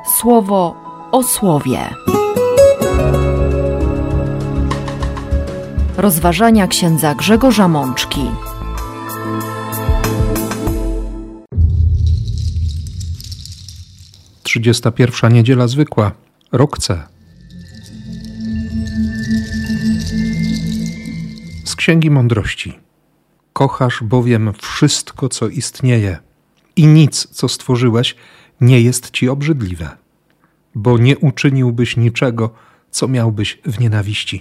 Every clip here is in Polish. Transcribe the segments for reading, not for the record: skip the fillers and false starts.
Słowo o słowie. Rozważania księdza Grzegorza Mączki. Trzydziesta pierwsza niedziela zwykła, rok C. Z Księgi Mądrości. Kochasz bowiem wszystko, co istnieje, i nic, co stworzyłeś, nie jest ci obrzydliwe, bo nie uczyniłbyś niczego, co miałbyś w nienawiści.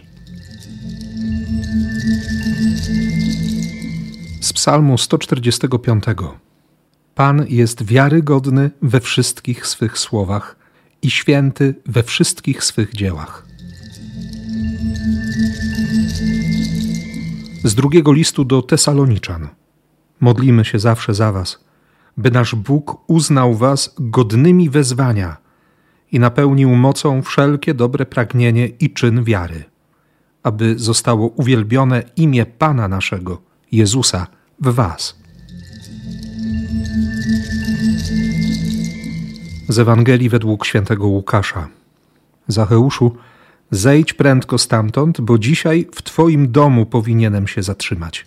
Z Psalmu 145. Pan jest wiarygodny we wszystkich swych słowach i święty we wszystkich swych dziełach. Z drugiego listu do Tesaloniczan. Modlimy się zawsze za was, by nasz Bóg uznał was godnymi wezwania i napełnił mocą wszelkie dobre pragnienie i czyn wiary, aby zostało uwielbione imię Pana naszego, Jezusa, w was. Z Ewangelii według świętego Łukasza. Zacheuszu, zejdź prędko stamtąd, bo dzisiaj w twoim domu powinienem się zatrzymać.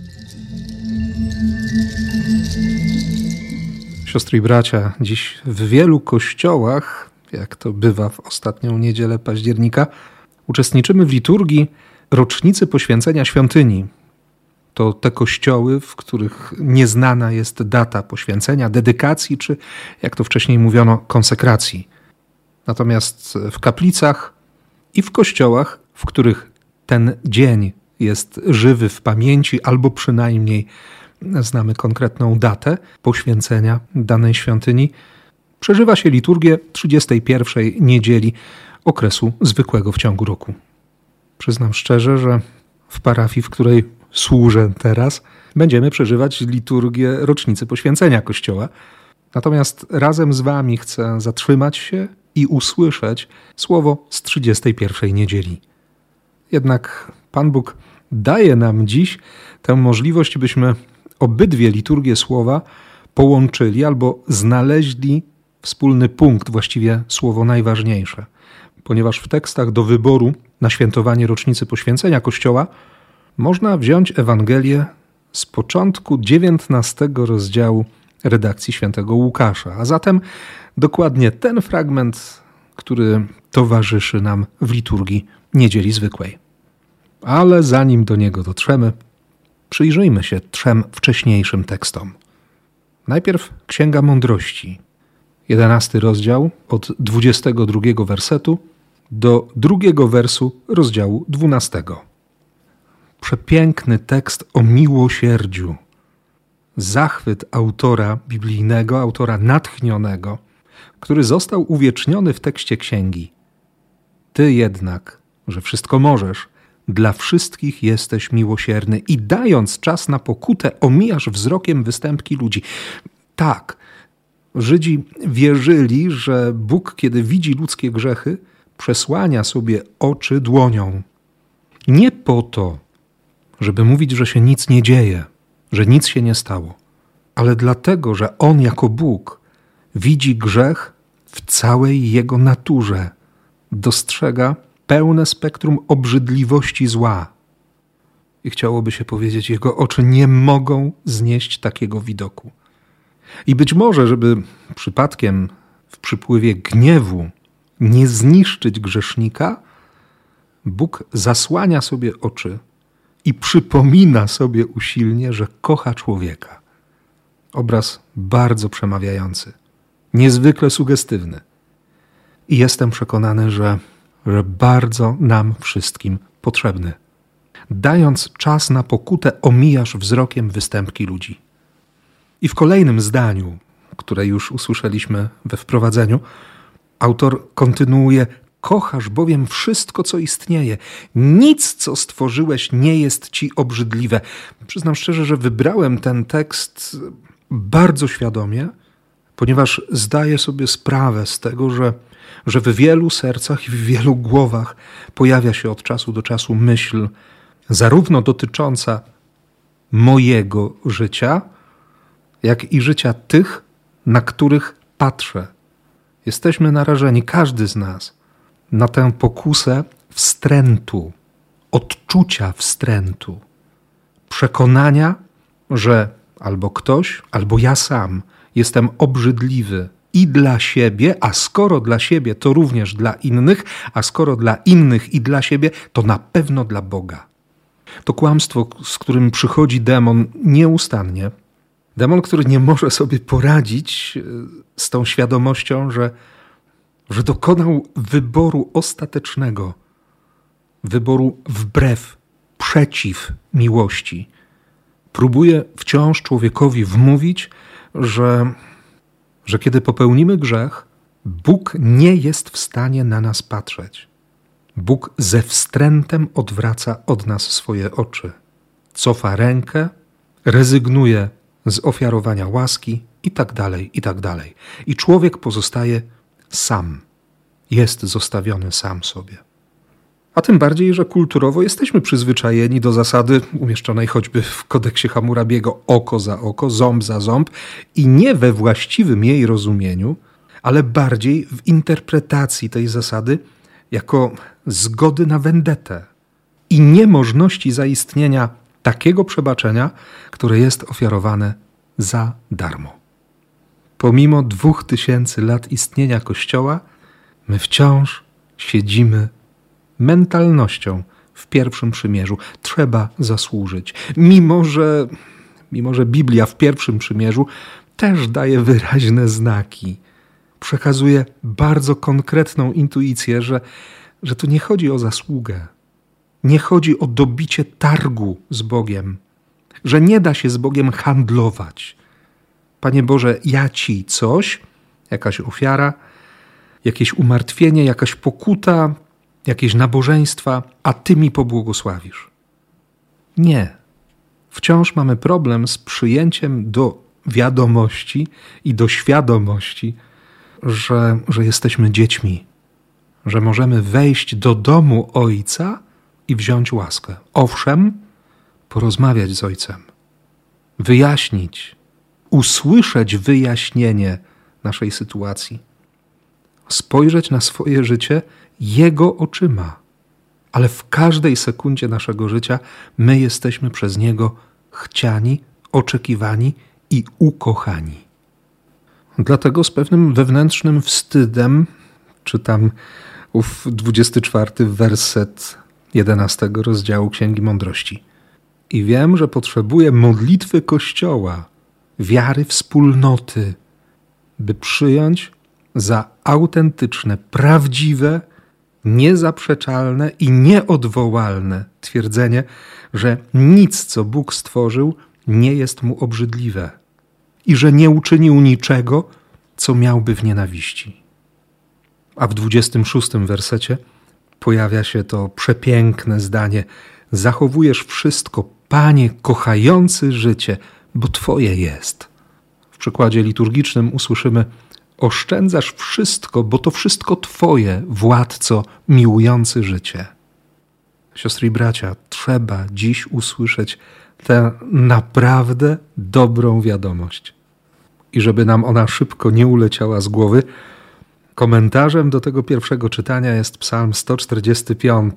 Siostry i bracia, dziś w wielu kościołach, jak to bywa w ostatnią niedzielę października, uczestniczymy w liturgii rocznicy poświęcenia świątyni. To te kościoły, w których nieznana jest data poświęcenia, dedykacji, czy jak to wcześniej mówiono, konsekracji. Natomiast w kaplicach i w kościołach, w których ten dzień jest żywy w pamięci, albo przynajmniej znamy konkretną datę poświęcenia danej świątyni, przeżywa się liturgię 31. niedzieli okresu zwykłego w ciągu roku. Przyznam szczerze, że w parafii, w której służę teraz, będziemy przeżywać liturgię rocznicy poświęcenia Kościoła. Natomiast razem z wami chcę zatrzymać się i usłyszeć słowo z 31. niedzieli. Jednak Pan Bóg daje nam dziś tę możliwość, byśmy obydwie liturgie słowa połączyli albo znaleźli wspólny punkt, właściwie słowo najważniejsze. Ponieważ w tekstach do wyboru na świętowanie rocznicy poświęcenia Kościoła można wziąć Ewangelię z początku 19 rozdziału redakcji świętego Łukasza, a zatem dokładnie ten fragment, który towarzyszy nam w liturgii niedzieli zwykłej. Ale zanim do niego dotrzemy, przyjrzyjmy się trzem wcześniejszym tekstom. Najpierw Księga Mądrości, 11 rozdział od 22 wersetu do 2 wersu rozdziału 12. Przepiękny tekst o miłosierdziu. Zachwyt autora biblijnego, autora natchnionego, który został uwieczniony w tekście księgi. Ty jednak, że wszystko możesz, dla wszystkich jesteś miłosierny i dając czas na pokutę, omijasz wzrokiem występki ludzi. Tak, Żydzi wierzyli, że Bóg, kiedy widzi ludzkie grzechy, przesłania sobie oczy dłonią. Nie po to, żeby mówić, że się nic nie dzieje, że nic się nie stało, ale dlatego, że On jako Bóg widzi grzech w całej jego naturze, dostrzega pełne spektrum obrzydliwości zła. I chciałoby się powiedzieć, jego oczy nie mogą znieść takiego widoku. I być może, żeby przypadkiem w przypływie gniewu nie zniszczyć grzesznika, Bóg zasłania sobie oczy i przypomina sobie usilnie, że kocha człowieka. Obraz bardzo przemawiający, niezwykle sugestywny. I jestem przekonany, że bardzo nam wszystkim potrzebny. Dając czas na pokutę, omijasz wzrokiem występki ludzi. I w kolejnym zdaniu, które już usłyszeliśmy we wprowadzeniu, autor kontynuuje: kochasz bowiem wszystko, co istnieje. Nic, co stworzyłeś, nie jest ci obrzydliwe. Przyznam szczerze, że wybrałem ten tekst bardzo świadomie, ponieważ zdaję sobie sprawę z tego, że w wielu sercach i w wielu głowach pojawia się od czasu do czasu myśl, zarówno dotycząca mojego życia, jak i życia tych, na których patrzę, Jesteśmy narażeni, każdy z nas, na tę pokusę wstrętu, odczucia wstrętu, przekonania, że albo ktoś, albo ja sam jestem obrzydliwy i dla siebie, a skoro dla siebie, to również dla innych, a skoro dla innych i dla siebie, to na pewno dla Boga. To kłamstwo, z którym przychodzi demon nieustannie. Demon, który nie może sobie poradzić z tą świadomością, że dokonał wyboru ostatecznego, wyboru wbrew, przeciw miłości. Próbuje wciąż człowiekowi wmówić, że kiedy popełnimy grzech, Bóg nie jest w stanie na nas patrzeć. Bóg ze wstrętem odwraca od nas swoje oczy, cofa rękę, rezygnuje z ofiarowania łaski i tak dalej, i tak dalej. I człowiek pozostaje sam, jest zostawiony sam sobie. A tym bardziej, że kulturowo jesteśmy przyzwyczajeni do zasady umieszczonej choćby w kodeksie Hammurabiego oko za oko, ząb za ząb i nie we właściwym jej rozumieniu, ale bardziej w interpretacji tej zasady jako zgody na wendetę i niemożności zaistnienia takiego przebaczenia, które jest ofiarowane za darmo. Pomimo 2000 lat istnienia Kościoła, my wciąż siedzimy mentalnością w pierwszym przymierzu. Trzeba zasłużyć. Mimo że Biblia w pierwszym przymierzu też daje wyraźne znaki. Przekazuje bardzo konkretną intuicję, że tu nie chodzi o zasługę. Nie chodzi o dobicie targu z Bogiem. Że nie da się z Bogiem handlować. Panie Boże, ja Ci coś, jakaś ofiara, jakieś umartwienie, jakaś pokuta, jakieś nabożeństwa, a Ty mi pobłogosławisz. Nie. Wciąż mamy problem z przyjęciem do wiadomości i do świadomości, że jesteśmy dziećmi, że możemy wejść do domu Ojca i wziąć łaskę. Owszem, porozmawiać z Ojcem, wyjaśnić, usłyszeć wyjaśnienie naszej sytuacji, spojrzeć na swoje życie Jego oczyma, ale w każdej sekundzie naszego życia my jesteśmy przez Niego chciani, oczekiwani i ukochani. Dlatego z pewnym wewnętrznym wstydem czytam ów 24 werset 11 rozdziału Księgi Mądrości. I wiem, że potrzebuję modlitwy Kościoła, wiary wspólnoty, by przyjąć za autentyczne, prawdziwe, niezaprzeczalne i nieodwołalne twierdzenie, że nic, co Bóg stworzył, nie jest mu obrzydliwe i że nie uczynił niczego, co miałby w nienawiści. A w 26 wersecie pojawia się to przepiękne zdanie: zachowujesz wszystko, Panie, kochający życie, bo Twoje jest. W przykładzie liturgicznym usłyszymy: oszczędzasz wszystko, bo to wszystko Twoje, Władco miłujący życie. Siostry i bracia, trzeba dziś usłyszeć tę naprawdę dobrą wiadomość. I żeby nam ona szybko nie uleciała z głowy, komentarzem do tego pierwszego czytania jest Psalm 145.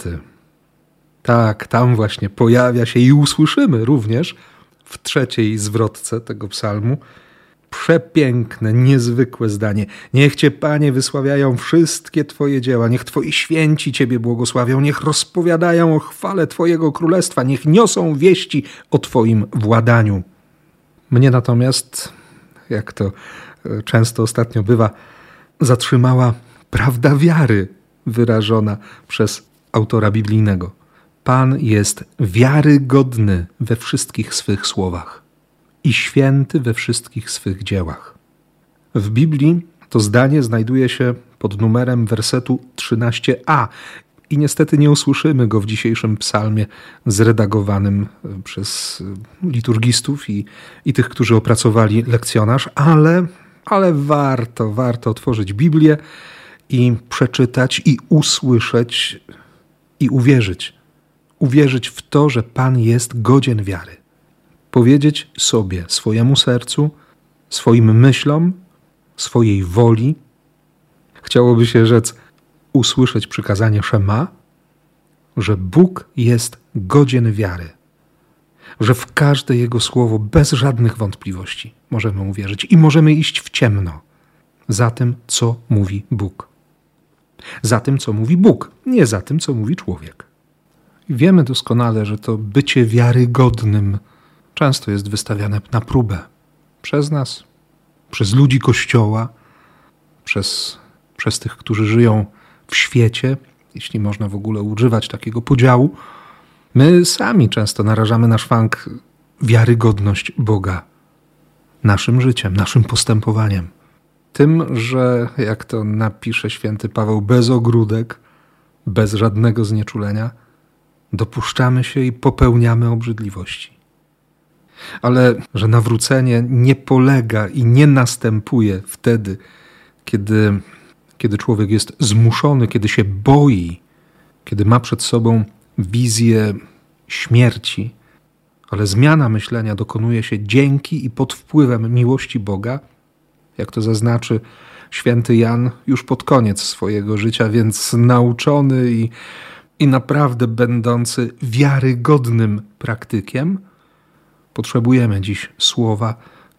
Tak, tam właśnie pojawia się i usłyszymy również w trzeciej zwrotce tego psalmu przepiękne, niezwykłe zdanie. Niech Cię, Panie, wysławiają wszystkie Twoje dzieła, niech Twoi święci Ciebie błogosławią, niech rozpowiadają o chwale Twojego królestwa, niech niosą wieści o Twoim władaniu. Mnie natomiast, jak to często ostatnio bywa, zatrzymała prawda wiary wyrażona przez autora biblijnego. Pan jest wiarygodny we wszystkich swych słowach i święty we wszystkich swych dziełach. W Biblii to zdanie znajduje się pod numerem wersetu 13a i niestety nie usłyszymy go w dzisiejszym psalmie zredagowanym przez liturgistów i tych, którzy opracowali lekcjonarz, ale warto otworzyć Biblię i przeczytać i usłyszeć i uwierzyć. Uwierzyć w to, że Pan jest godzien wiary. Powiedzieć sobie, swojemu sercu, swoim myślom, swojej woli: chciałoby się rzec, usłyszeć przykazanie Szema, że Bóg jest godzien wiary, że w każde Jego słowo bez żadnych wątpliwości możemy uwierzyć i możemy iść w ciemno za tym, co mówi Bóg. Za tym, co mówi Bóg, nie za tym, co mówi człowiek. I wiemy doskonale, że to bycie wiarygodnym często jest wystawiane na próbę przez nas, przez ludzi Kościoła, przez tych, którzy żyją w świecie, jeśli można w ogóle używać takiego podziału. My sami często narażamy na szwank wiarygodność Boga naszym życiem, naszym postępowaniem. Tym, że, jak to napisze święty Paweł, bez ogródek, bez żadnego znieczulenia, dopuszczamy się i popełniamy obrzydliwości. Ale że nawrócenie nie polega i nie następuje wtedy, kiedy człowiek jest zmuszony, kiedy się boi, kiedy ma przed sobą wizję śmierci, ale zmiana myślenia dokonuje się dzięki i pod wpływem miłości Boga, jak to zaznaczy święty Jan już pod koniec swojego życia, więc nauczony i naprawdę będący wiarygodnym praktykiem, potrzebujemy dziś słowa,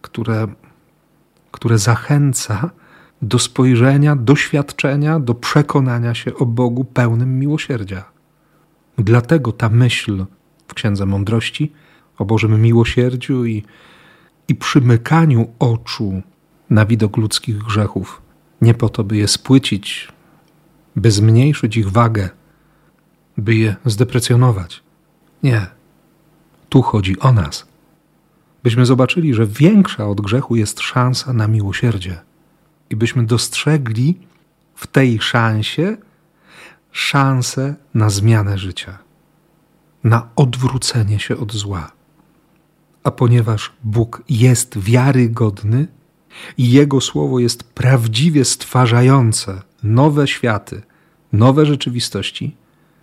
które zachęca do spojrzenia, doświadczenia, do przekonania się o Bogu pełnym miłosierdzia. Dlatego ta myśl w Księdze Mądrości o Bożym miłosierdziu i przymykaniu oczu na widok ludzkich grzechów, nie po to, by je spłycić, by zmniejszyć ich wagę, by je zdeprecjonować. Nie. Tu chodzi o nas. Byśmy zobaczyli, że większa od grzechu jest szansa na miłosierdzie. I byśmy dostrzegli w tej szansie szansę na zmianę życia, na odwrócenie się od zła. A ponieważ Bóg jest wiarygodny i Jego Słowo jest prawdziwie stwarzające nowe światy, nowe rzeczywistości,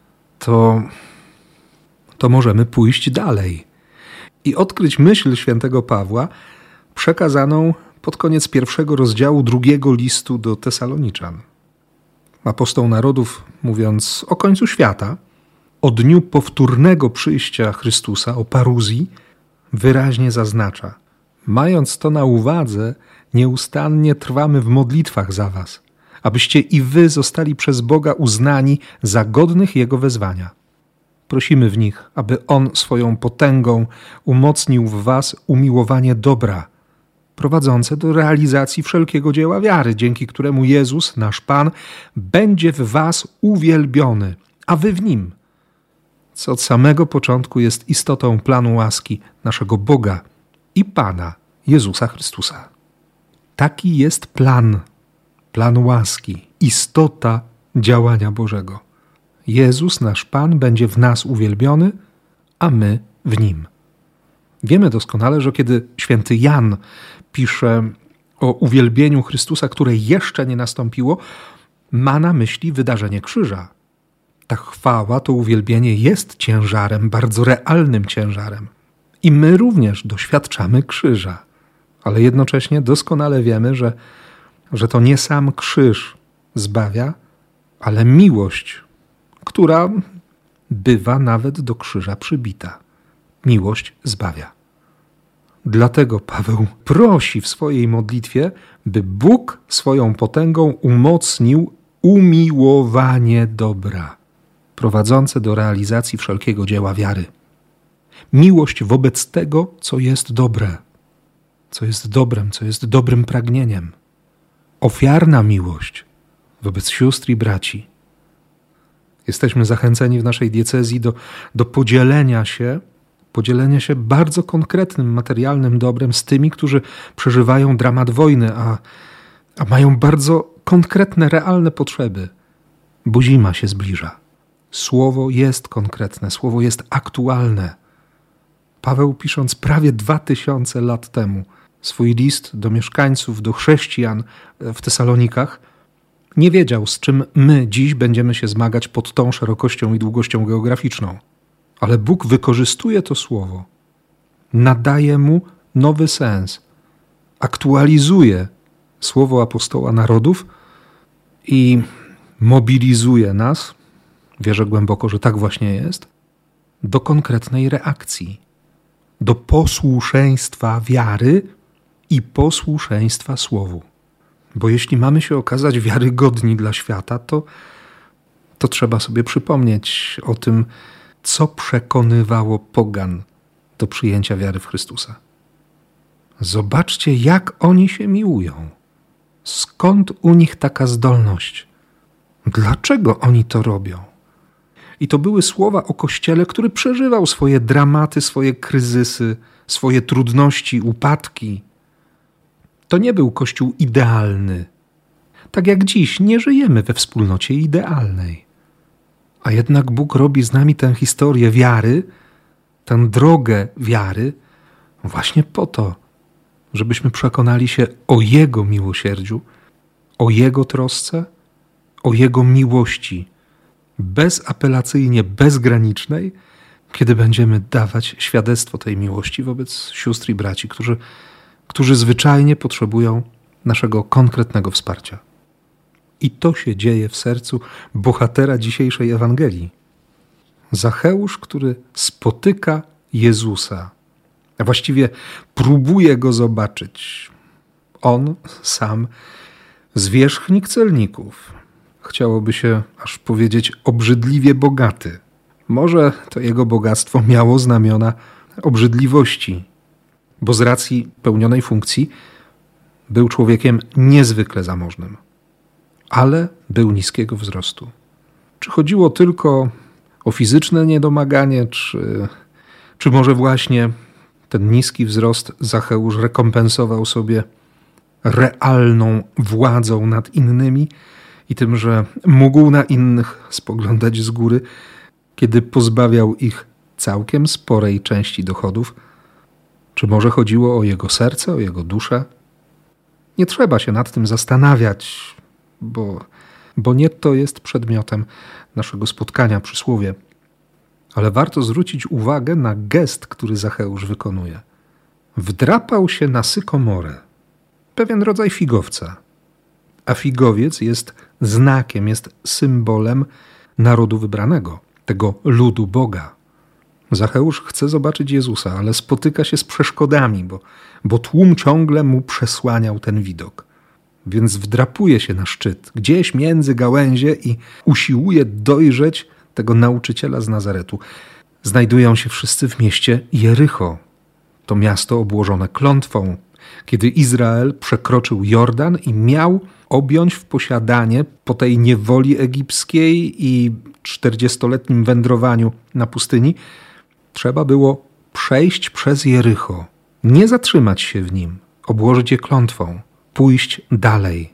to możemy pójść dalej i odkryć myśl świętego Pawła przekazaną pod koniec 1 rozdziału 2 listu do Tesaloniczan. Apostoł narodów, mówiąc o końcu świata, o dniu powtórnego przyjścia Chrystusa, o paruzji, wyraźnie zaznacza: mając to na uwadze, nieustannie trwamy w modlitwach za was, abyście i wy zostali przez Boga uznani za godnych Jego wezwania. Prosimy w nich, aby On swoją potęgą umocnił w was umiłowanie dobra, prowadzące do realizacji wszelkiego dzieła wiary, dzięki któremu Jezus, nasz Pan, będzie w was uwielbiony, a wy w Nim, co od samego początku jest istotą planu łaski naszego Boga i Pana Jezusa Chrystusa. Taki jest plan łaski, istota działania Bożego. Jezus, nasz Pan, będzie w nas uwielbiony, a my w Nim. Wiemy doskonale, że kiedy święty Jan pisze o uwielbieniu Chrystusa, które jeszcze nie nastąpiło, ma na myśli wydarzenie krzyża. Ta chwała, to uwielbienie jest ciężarem, bardzo realnym ciężarem. I my również doświadczamy krzyża. Ale jednocześnie doskonale wiemy, że to nie sam krzyż zbawia, ale miłość, która bywa nawet do krzyża przybita. Miłość zbawia. Dlatego Paweł prosi w swojej modlitwie, by Bóg swoją potęgą umocnił umiłowanie dobra, prowadzące do realizacji wszelkiego dzieła wiary. Miłość wobec tego, co jest dobre, co jest dobrem, co jest dobrym pragnieniem. Ofiarna miłość wobec sióstr i braci. Jesteśmy zachęceni w naszej diecezji do podzielenia się bardzo konkretnym, materialnym dobrem z tymi, którzy przeżywają dramat wojny, a mają bardzo konkretne, realne potrzeby, bo zima się zbliża. Słowo jest konkretne, słowo jest aktualne. Paweł, pisząc prawie 2000 lat temu swój list do mieszkańców, do chrześcijan w Tesalonikach, nie wiedział, z czym my dziś będziemy się zmagać pod tą szerokością i długością geograficzną. Ale Bóg wykorzystuje to słowo, nadaje mu nowy sens, aktualizuje słowo apostoła narodów i mobilizuje nas, wierzę głęboko, że tak właśnie jest, do konkretnej reakcji, do posłuszeństwa wiary i posłuszeństwa słowu. Bo jeśli mamy się okazać wiarygodni dla świata, to trzeba sobie przypomnieć o tym, co przekonywało pogan do przyjęcia wiary w Chrystusa. Zobaczcie, jak oni się miłują. Skąd u nich taka zdolność? Dlaczego oni to robią? I to były słowa o Kościele, który przeżywał swoje dramaty, swoje kryzysy, swoje trudności, upadki. To nie był Kościół idealny. Tak jak dziś nie żyjemy we wspólnocie idealnej. A jednak Bóg robi z nami tę historię wiary, tę drogę wiary właśnie po to, żebyśmy przekonali się o Jego miłosierdziu, o Jego trosce, o Jego miłości, bezapelacyjnie bezgranicznej, kiedy będziemy dawać świadectwo tej miłości wobec sióstr i braci, którzy zwyczajnie potrzebują naszego konkretnego wsparcia. I to się dzieje w sercu bohatera dzisiejszej Ewangelii. Zacheusz, który spotyka Jezusa, a właściwie próbuje Go zobaczyć. On sam, zwierzchnik celników, chciałoby się aż powiedzieć obrzydliwie bogaty. Może to jego bogactwo miało znamiona obrzydliwości, bo z racji pełnionej funkcji był człowiekiem niezwykle zamożnym, ale był niskiego wzrostu. Czy chodziło tylko o fizyczne niedomaganie, czy może właśnie ten niski wzrost Zacheusz rekompensował sobie realną władzą nad innymi i tym, że mógł na innych spoglądać z góry, kiedy pozbawiał ich całkiem sporej części dochodów? Czy może chodziło o jego serce, o jego duszę? Nie trzeba się nad tym zastanawiać, bo nie to jest przedmiotem naszego spotkania przy słowie. Ale warto zwrócić uwagę na gest, który Zacheusz wykonuje. Wdrapał się na sykomorę, pewien rodzaj figowca. A figowiec jest znakiem, jest symbolem narodu wybranego, tego ludu Boga. Zacheusz chce zobaczyć Jezusa, ale spotyka się z przeszkodami, bo tłum ciągle mu przesłaniał ten widok. Więc wdrapuje się na szczyt, gdzieś między gałęzie i usiłuje dojrzeć tego nauczyciela z Nazaretu. Znajdują się wszyscy w mieście Jericho. To miasto obłożone klątwą, kiedy Izrael przekroczył Jordan i miał objąć w posiadanie po tej niewoli egipskiej i 40-letnim wędrowaniu na pustyni, trzeba było przejść przez Jericho, nie zatrzymać się w nim, obłożyć je klątwą, pójść dalej.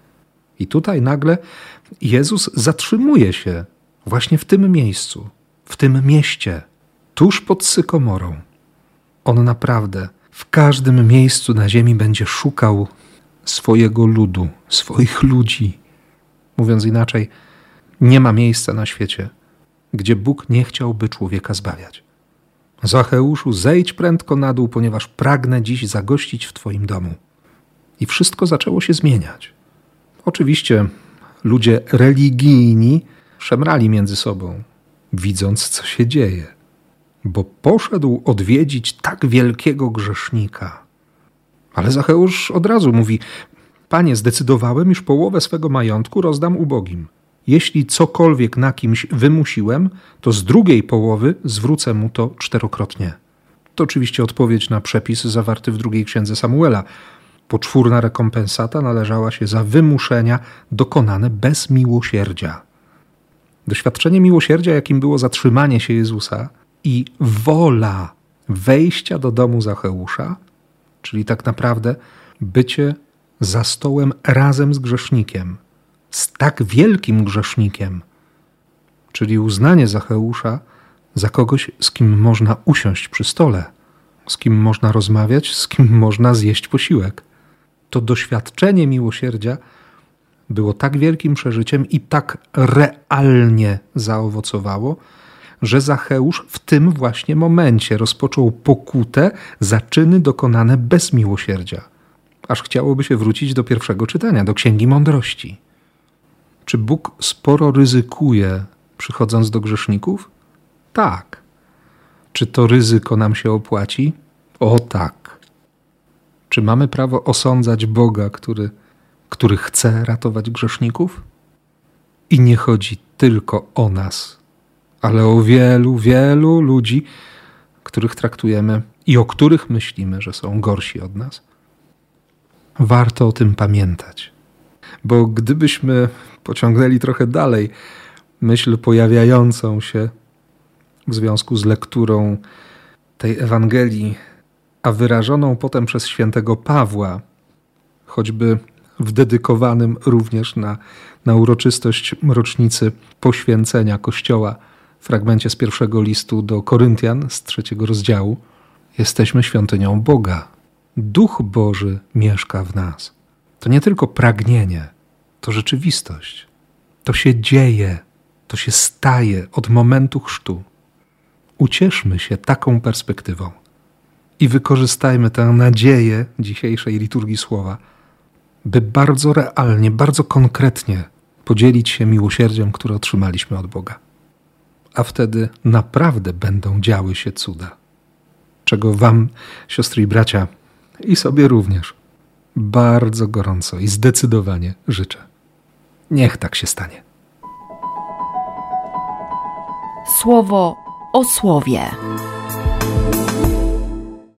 I tutaj nagle Jezus zatrzymuje się właśnie w tym miejscu, w tym mieście, tuż pod sykomorą. On naprawdę w każdym miejscu na ziemi będzie szukał swojego ludu, swoich ludzi. Mówiąc inaczej, nie ma miejsca na świecie, gdzie Bóg nie chciałby człowieka zbawiać. Zacheuszu, zejdź prędko na dół, ponieważ pragnę dziś zagościć w Twoim domu. I wszystko zaczęło się zmieniać. Oczywiście ludzie religijni szemrali między sobą, widząc, co się dzieje, bo poszedł odwiedzić tak wielkiego grzesznika. Ale Zacheusz od razu mówi: Panie, zdecydowałem, iż połowę swego majątku rozdam ubogim. Jeśli cokolwiek na kimś wymusiłem, to z drugiej połowy zwrócę mu to 4-krotnie. To oczywiście odpowiedź na przepis zawarty w drugiej księdze Samuela. Poczwórna rekompensata należała się za wymuszenia dokonane bez miłosierdzia. Doświadczenie miłosierdzia, jakim było zatrzymanie się Jezusa i wola wejścia do domu Zacheusza, czyli tak naprawdę bycie za stołem razem z grzesznikiem, z tak wielkim grzesznikiem, czyli uznanie Zacheusza za kogoś, z kim można usiąść przy stole, z kim można rozmawiać, z kim można zjeść posiłek. To doświadczenie miłosierdzia było tak wielkim przeżyciem i tak realnie zaowocowało, że Zacheusz w tym właśnie momencie rozpoczął pokutę za czyny dokonane bez miłosierdzia. Aż chciałoby się wrócić do pierwszego czytania, do Księgi Mądrości. Czy Bóg sporo ryzykuje, przychodząc do grzeszników? Tak. Czy to ryzyko nam się opłaci? O tak. Czy mamy prawo osądzać Boga, który chce ratować grzeszników? I nie chodzi tylko o nas, ale o wielu, wielu ludzi, których traktujemy i o których myślimy, że są gorsi od nas. Warto o tym pamiętać, bo gdybyśmy pociągnęli trochę dalej myśl pojawiającą się w związku z lekturą tej Ewangelii, a wyrażoną potem przez świętego Pawła, choćby w dedykowanym również na uroczystość rocznicy poświęcenia Kościoła fragmencie z pierwszego listu do Koryntian z 3 rozdziału, jesteśmy świątynią Boga. Duch Boży mieszka w nas. To nie tylko pragnienie, to rzeczywistość. To się dzieje, to się staje od momentu chrztu. Ucieszmy się taką perspektywą i wykorzystajmy tę nadzieję dzisiejszej liturgii słowa, by bardzo realnie, bardzo konkretnie podzielić się miłosierdziem, które otrzymaliśmy od Boga. A wtedy naprawdę będą działy się cuda. Czego wam, siostry i bracia, i sobie również, bardzo gorąco i zdecydowanie życzę. Niech tak się stanie. Słowo o słowie.